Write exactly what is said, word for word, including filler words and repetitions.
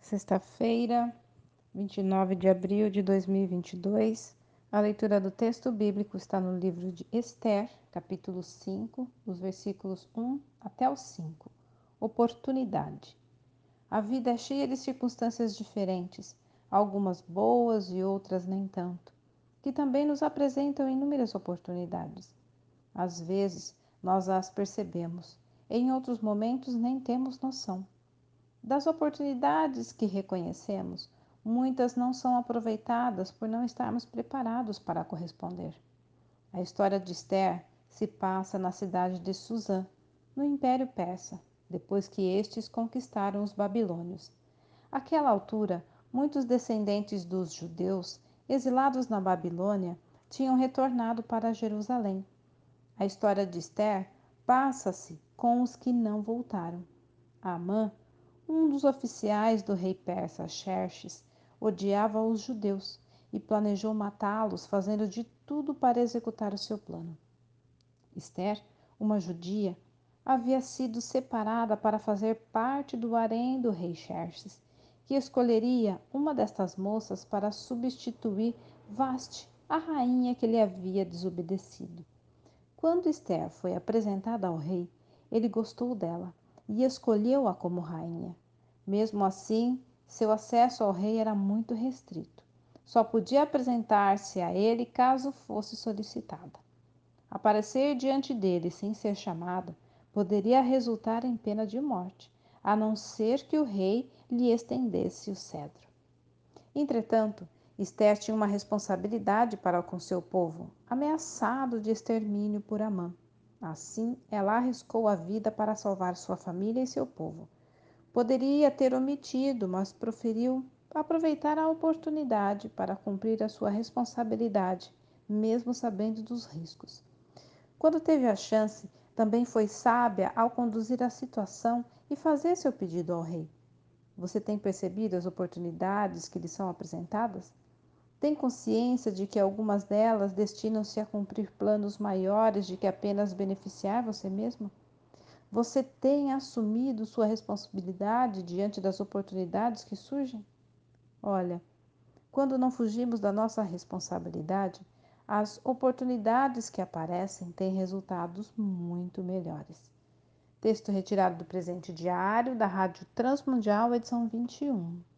Sexta-feira, vinte e nove de abril de dois mil e vinte e dois. A leitura do texto bíblico está no livro de Ester, capítulo cinco, os versículos um até o cinco. Oportunidade. A vida é cheia de circunstâncias diferentes, algumas boas e outras nem tanto, que também nos apresentam inúmeras oportunidades. Às vezes, nós as percebemos, em outros momentos nem temos noção. Das oportunidades que reconhecemos, muitas não são aproveitadas por não estarmos preparados para corresponder. A história de Esther se passa na cidade de Suzã, no Império Persa, depois que estes conquistaram os babilônios. Àquela altura, muitos descendentes dos judeus, exilados na Babilônia, tinham retornado para Jerusalém. A história de Esther passa-se com os que não voltaram. Amã, um dos oficiais do rei persa Xerxes, odiava os judeus e planejou matá-los, fazendo de tudo para executar o seu plano. Esther, uma judia, havia sido separada para fazer parte do harém do rei Xerxes, que escolheria uma destas moças para substituir Vaste, a rainha que lhe havia desobedecido. Quando Esther foi apresentada ao rei, ele gostou dela e escolheu-a como rainha. Mesmo assim, seu acesso ao rei era muito restrito. Só podia apresentar-se a ele caso fosse solicitada. Aparecer diante dele sem ser chamada poderia resultar em pena de morte, a não ser que o rei lhe estendesse o cetro. Entretanto, Esther tinha uma responsabilidade para com seu povo, ameaçado de extermínio por Amã. Assim, ela arriscou a vida para salvar sua família e seu povo. Poderia ter omitido, mas preferiu aproveitar a oportunidade para cumprir a sua responsabilidade, mesmo sabendo dos riscos. Quando teve a chance, também foi sábia ao conduzir a situação e fazer seu pedido ao rei. Você tem percebido as oportunidades que lhe são apresentadas? Tem consciência de que algumas delas destinam-se a cumprir planos maiores de que apenas beneficiar você mesmo? Você tem assumido sua responsabilidade diante das oportunidades que surgem? Olha, quando não fugimos da nossa responsabilidade, as oportunidades que aparecem têm resultados muito melhores. Texto retirado do presente diário da Rádio Transmundial, edição vinte e um.